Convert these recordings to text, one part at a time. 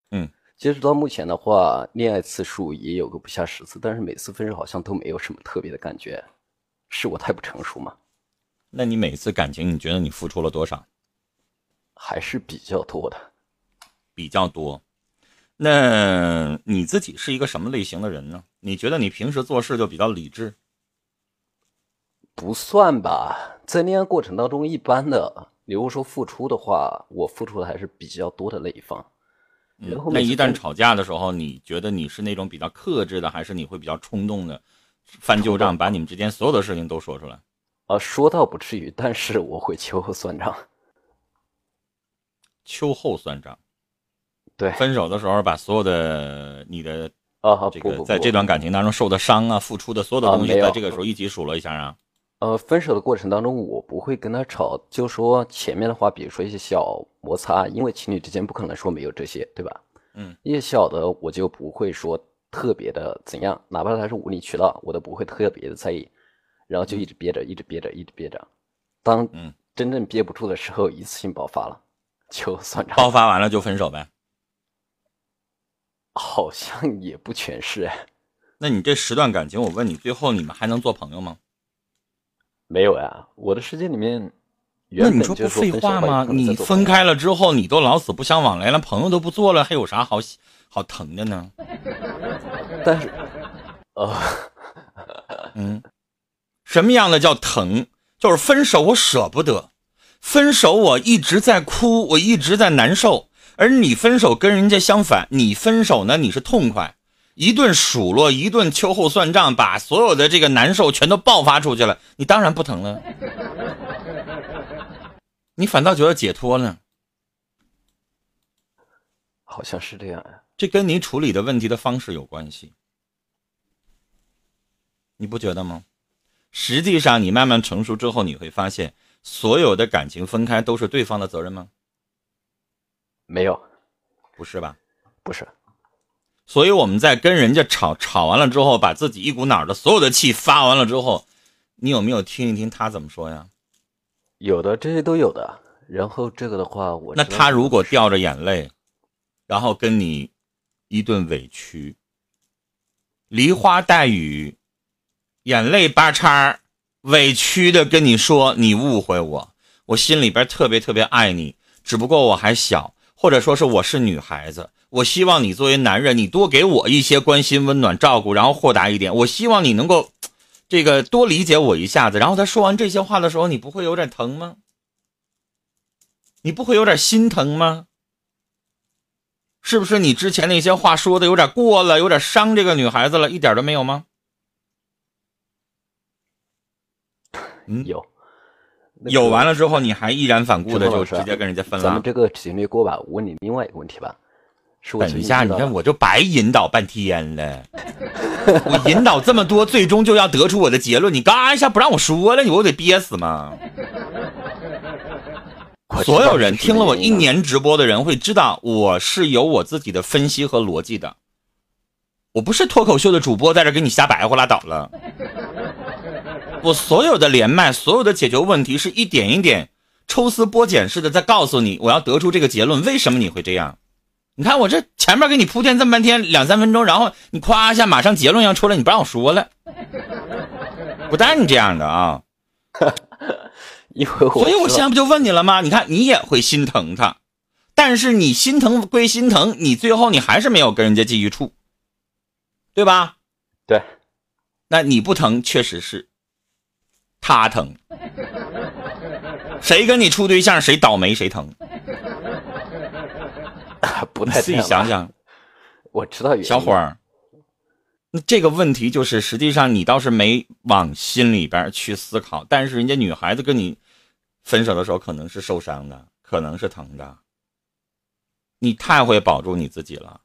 嗯， 截止到目前的话，恋爱次数也有个不下10次，但是每次分手好像都没有什么特别的感觉，是我太不成熟吗？ 那你每次感情你觉得你付出了多少？ 还是比较多的。 比较多。那你自己是一个什么类型的人呢？你觉得你平时做事就比较理智？ 不算吧，在恋爱过程当中，一般的，如果说付出的话，我付出的还是比较多的那一方。然后那每次分一旦吵架的时候，你觉得你是那种比较克制的，还是你会比较冲动的，翻旧账， 冲动把你们之间所有的事情都说出来？ 说倒不至于，但是我会秋后算账。 秋后算账。 对， 分手的时候把所有的你的这不不不， 个在这段感情当中受的伤啊、付出的所有的东西， 没有。 在这个时候一起数落一下啊。 分手的过程当中，我不会跟他吵，就说前面的话，比如说一些小摩擦，因为情侣之间不可能说没有这些，对吧？一些小的我就不会说特别的怎样，哪怕他是无理取闹，我都不会特别的在意，然后就一直憋着，一直憋着，一直憋着，当真正憋不住的时候，一次性爆发了，就算账。 爆发完了就分手呗？ 好像也不全是哎。 那你这10段感情，我问你，最后你们还能做朋友吗？ 没有呀，我的世界里面那你原本就是说说不废话吗？你分开。 开了之后，你都老死不相往来了，朋友都不做了，还有啥好疼的呢？ 但是， 什么样的叫疼？就是分手我舍不得，分手我一直在哭，我一直在难受。而你分手跟人家相反，你分手呢你是痛快，一顿数落，一顿秋后算账，把所有的这个难受全都爆发出去了，你当然不疼了，你反倒觉得解脱了。 好像是这样呀。 这跟你处理的问题的方式有关系，你不觉得吗？实际上你慢慢成熟之后，你会发现所有的感情分开都是对方的责任吗？ 没有。 不是吧？ 不是。 所以我们在跟人家吵完了之后，把自己一股脑的所有的气发完了之后，你有没有听一听他怎么说呀？ 有的，这些都有的。然后这个的话， 那他如果掉着眼泪，然后跟你一顿委屈，梨花带雨，眼泪巴叉，委屈的跟你说你误会我，我心里边特别特别爱你，只不过我还小，或者说是我是女孩子，我希望你作为男人，你多给我一些关心温暖照顾，然后豁达一点，我希望你能够这个多理解我一下子。然后他说完这些话的时候，你不会有点疼吗？你不会有点心疼吗？是不是你之前那些话说的有点过了，有点伤这个女孩子了，一点都没有吗？有完了之后，你还依然反顾的就直接跟人家分了。 咱们这个直接略过吧。我问你另外一个问题吧。 等一下，你看我就白引导半天了，我引导这么多，最终就要得出我的结论，你嘎一下不让我说了，我得憋死吗？所有人听了我1年直播的人会知道，我是有我自己的分析和逻辑的，我不是脱口秀的主播在这给你瞎白话拉倒了。我所有的连麦，所有的解决问题是一点一点抽丝剥茧似的在告诉你，我要得出这个结论，为什么你会这样。你看我这前面给你铺垫这么半天2-3分钟，然后你夸一下马上结论要出来，你不让我说了，不带你这样的啊。所以我现在不就问你了吗？你看你也会心疼他，但是你心疼归心疼，你最后你还是没有跟人家继续处，对吧？ 对。 那你不疼确实是他疼，谁跟你处对象谁倒霉谁疼。 不太自己想想。 我知道原因。 小伙儿，那这个问题就是实际上你倒是没往心里边去思考，但是人家女孩子跟你分手的时候可能是受伤的，可能是疼的，你太会保住你自己了。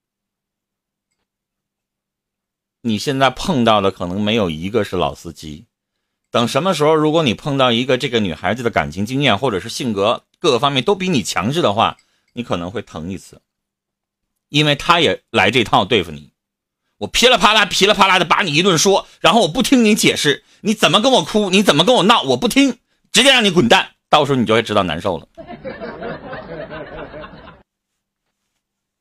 你现在碰到的可能没有一个是老司机，等什么时候如果你碰到一个这个女孩子的感情经验或者是性格各个方面都比你强势的话，你可能会疼一次，因为她也来这套对付你。我噼里啪啦的把你一顿说，然后我不听你解释，你怎么跟我哭，你怎么跟我闹，我不听，直接让你滚蛋，到时候你就会知道难受了。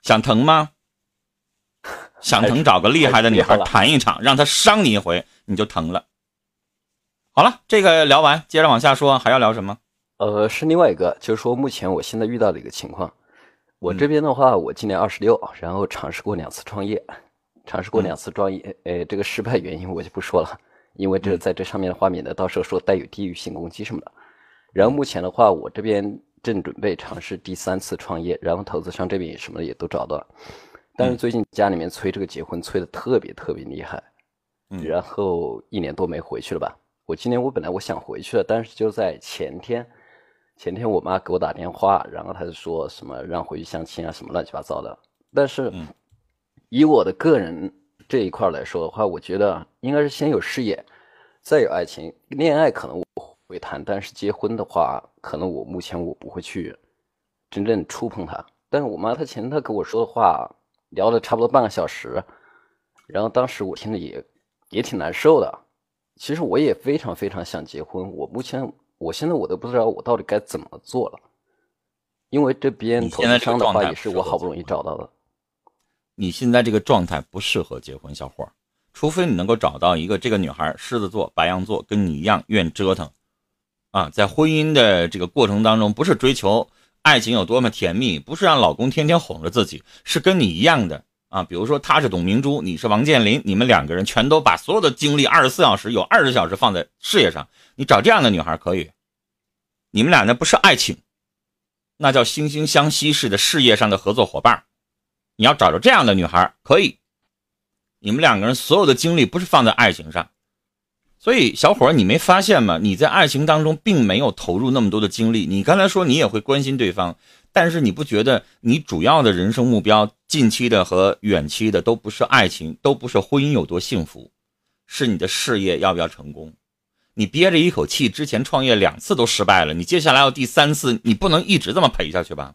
想疼吗？想疼找个厉害的女孩谈一场，让她伤你一回，你就疼了。好了，这个聊完，接着往下说，还要聊什么？ 是另外一个，就是说目前我现在遇到的一个情况。我这边的话，我今年26，然后尝试过2次创业，这个失败原因我就不说了，因为这在这上面的话，免得到时候说带有地域性攻击什么的。然后目前的话，我这边正准备尝试第3次创业，然后投资商这边什么的也都找到了，但是最近家里面催这个结婚催的特别厉害，然后1年多没回去了吧。我今年本来想回去的，但是就在前天我妈给我打电话，然后她就说什么让回去相亲啊，什么乱七八糟的。但是以我的个人这一块来说的话，我觉得应该是先有事业，再有爱情。恋爱可能我会谈，但是结婚的话，可能目前我不会去真正触碰它。但是我妈她前天跟我说的话，聊了差不多半个小时，然后当时我听着也挺难受的。其实我也非常想结婚，我现在我都不知道我到底该怎么做了，因为这边投资商的话也是我好不容易找到的。 你现在这个状态不适合结婚，小伙儿，除非你能够找到一个这个女孩狮子座、白羊座，跟你一样愿折腾啊，在婚姻的这个过程当中，不是追求爱情有多么甜蜜，不是让老公天天哄着自己，是跟你一样的啊。比如说他是董明珠，你是王健林，你们2个人全都把所有的精力24小时有20小时放在事业上，你找这样的女孩可以。你们俩那不是爱情，那叫惺惺相惜式的事业上的合作伙伴。你要找着这样的女孩可以，你们2个人所有的精力不是放在爱情上。所以小伙儿，你没发现吗？你在爱情当中并没有投入那么多的精力。你刚才说你也会关心对方，但是你不觉得你主要的人生目标，近期的和远期的都不是爱情，都不是婚姻有多幸福，是你的事业要不要成功。你憋着一口气，之前创业2次都失败了，你接下来要第3次，你不能一直这么赔下去吧？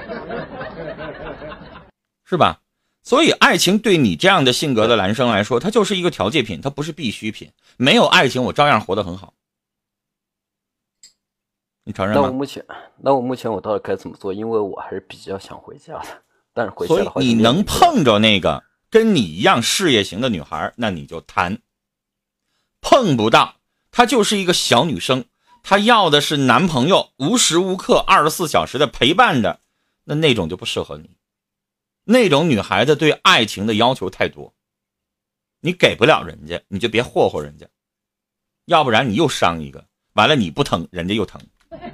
是吧？所以爱情对你这样的性格的男生来说，它就是一个调剂品，它不是必需品。没有爱情，我照样活得很好。你承认吗？ 那我目前我到底该怎么做？因为我还是比较想回家的，但是回家的话， 所以你能碰着那个跟你一样事业型的女孩，那你就谈。碰不到，她就是一个小女生，她要的是男朋友无时无刻24小时的陪伴的，那种就不适合你。那种女孩子对爱情的要求太多，你给不了人家，你就别霍霍人家，要不然你又伤一个，完了你不疼，人家又疼，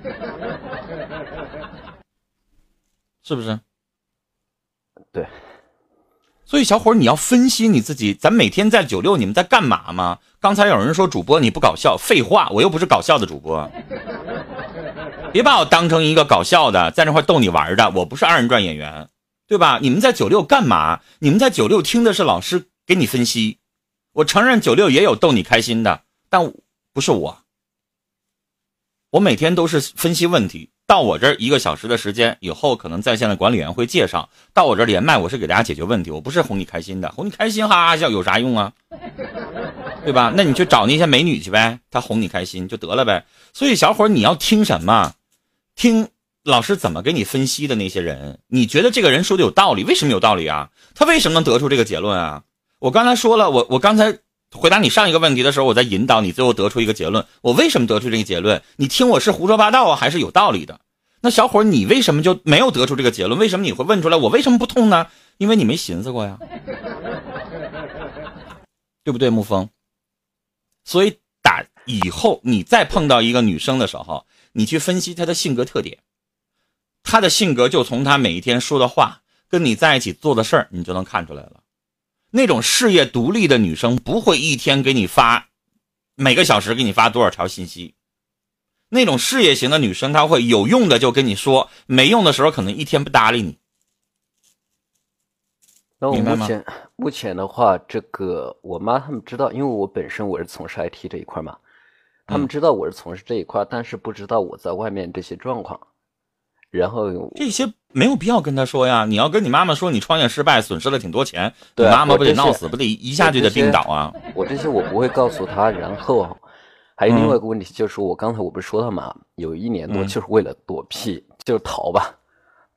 是不是？ 对。 所以小伙你要分析你自己，咱每天在96你们在干嘛吗？刚才有人说主播你不搞笑，废话，我又不是搞笑的主播，别把我当成一个搞笑的在那块逗你玩的，我不是2人转演员，对吧？你们在96干嘛？你们在96听的是老师给你分析。我承认96也有逗你开心的，但不是我。我每天都是分析问题，到我这儿1个小时的时间，以后可能在线的管理员会介绍，到我这儿连麦，我是给大家解决问题，我不是哄你开心的。哄你开心哈哈笑有啥用啊？对吧？那你去找那些美女去呗，她哄你开心就得了呗。所以小伙你要听什么？听老师怎么给你分析的那些人，你觉得这个人说的有道理，为什么有道理啊？他为什么能得出这个结论啊？我刚才说了，我刚才回答你上一个问题的时候，我在引导你最后得出一个结论，我为什么得出这个结论？你听我是胡说八道啊，还是有道理的？那小伙你为什么就没有得出这个结论？为什么你会问出来我为什么不痛呢？因为你没寻思过呀，对不对，沐风？所以打以后你再碰到一个女生的时候，你去分析她的性格特点，她的性格就从她每一天说的话跟你在一起做的事儿，你就能看出来了。那种事业独立的女生不会一天给你发每个小时给你发多少条信息，那种事业型的女生她会有用的就跟你说，没用的时候可能一天不搭理你。 那我目前的话，这个我妈他们知道，因为我本身我是从事 IT 这一块嘛，他们知道我是从事这一块，但是不知道我在外面这些状况。然后这些没有必要跟他说呀，你要跟你妈妈说你创业失败损失了挺多钱， 对你妈妈不得闹死，不得一下就得病倒啊。 我这些我不会告诉他。然后还有另外一个问题，就是我刚才我不是说了嘛，有1年多就是为了躲避，就是逃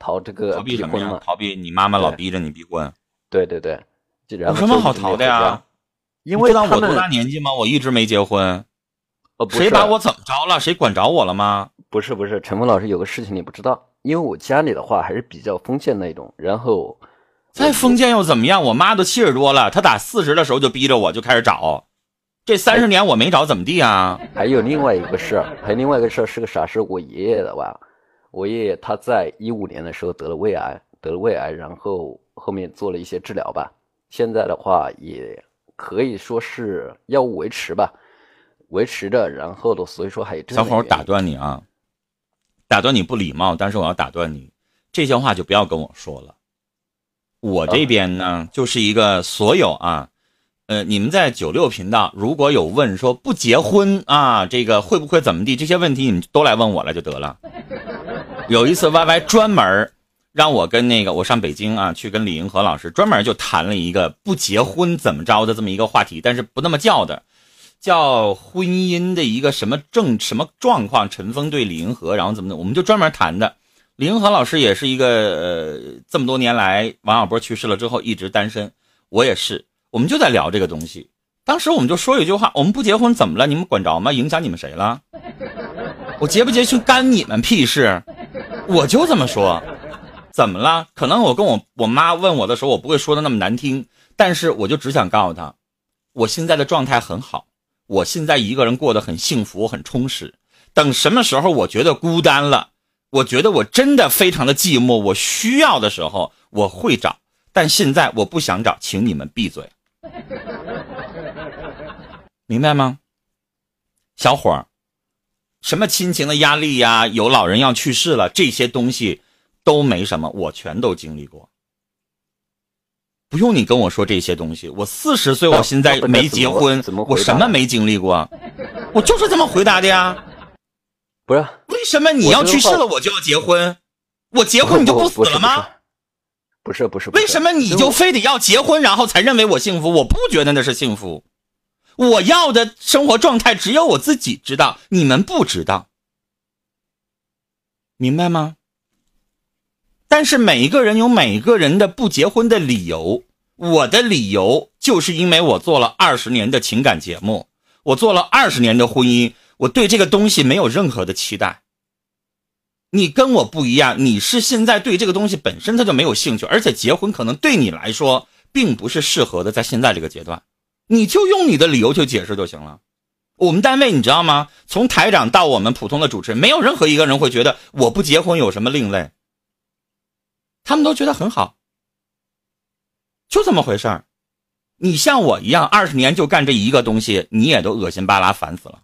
逃这个逃避什么呀？ 婚嘛。 逃避你妈妈老逼着你逼婚。 对对对， 有什么好逃的呀？ 因为你知道我多大年纪吗？我一直没结婚。谁把我怎么着了？谁管着我了吗？ 不是，陈峰老师有个事情你不知道，因为我家里的话还是比较封建那种，然后再封建又怎么样？我妈都70多了，她打40的时候就逼着我就开始找，这30年我没找怎么地啊？ 还有另外一个事儿，是个啥事？我爷爷的吧，我爷爷他在15年的时候得了胃癌，然后后面做了一些治疗吧，现在的话也可以说是药物维持着，然后的，所以说还有这小伙儿打断你啊，打断你不礼貌，但是我要打断你，这些话就不要跟我说了。我这边呢，就是一个所有啊，你们在96频道如果有问说不结婚啊，这个会不会怎么地，这些问题你们都来问我了就得了。有一次 YY 专门让我跟我上北京啊，去跟李银河老师专门就谈了一个不结婚怎么着的这么一个话题，但是不那么叫婚姻的一个什么状况，陈峰对李银河，然后怎么的，我们就专门谈的。李银河老师也是一个这么多年来，王小波去世了之后一直单身，我也是，我们就在聊这个东西。当时我们就说一句话，我们不结婚怎么了？你们管着吗？影响你们谁了？我结不结婚干你们屁事？我就这么说。怎么了？可能我跟我妈问我的时候，我不会说的那么难听，但是我就只想告诉她，我现在的状态很好，我现在一个人过得很幸福，很充实。等什么时候我觉得孤单了，我觉得我真的非常的寂寞，我需要的时候我会找，但现在我不想找，请你们闭嘴。明白吗？小伙儿，什么亲情的压力呀，有老人要去世了，这些东西都没什么，我全都经历过。不用你跟我说这些东西，我40岁，我现在没结婚，我什么没经历过，我就是这么回答的呀。 不是， 为什么你要去世了我就要结婚？我结婚你就不死了吗？ 不是， 为什么你就非得要结婚然后才认为我幸福？我不觉得那是幸福，我要的生活状态只有我自己知道，你们不知道，明白吗？但是每一个人有每一个人的不结婚的理由，我的理由就是因为我做了20年的情感节目，我做了20年的婚姻，我对这个东西没有任何的期待。你跟我不一样，你是现在对这个东西本身它就没有兴趣，而且结婚可能对你来说并不是适合的，在现在这个阶段，你就用你的理由去解释就行了。我们单位你知道吗？从台长到我们普通的主持人，没有任何一个人会觉得我不结婚有什么另类，他们都觉得很好，就这么回事儿。你像我一样20年就干这一个东西，你也都恶心巴拉烦死了，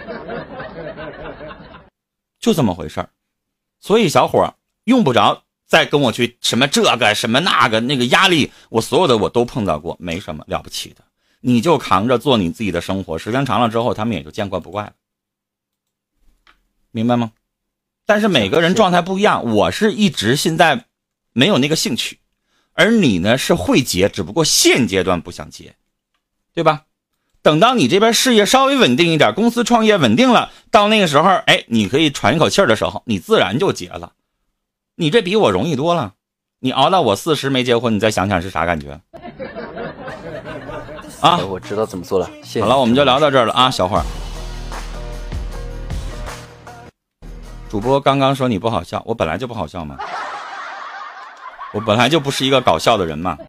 就这么回事儿。所以小伙用不着再跟我去什么这个什么那个压力，我所有的我都碰到过，没什么了不起的，你就扛着做你自己的生活，时间长了之后他们也就见怪不怪了，明白吗？但是每个人状态不一样，我是一直现在没有那个兴趣，而你呢是会结，只不过现阶段不想结，对吧？等到你这边事业稍微稳定一点，公司创业稳定了，到那个时候你可以喘一口气的时候，你自然就结了。你这比我容易多了，你熬到我40没结婚，你再想想是啥感觉啊？ 我知道怎么做了，谢谢。 好了，我们就聊到这儿了啊，小伙儿。主播刚刚说你不好笑，我本来就不好笑嘛，我本来就不是一个搞笑的人嘛。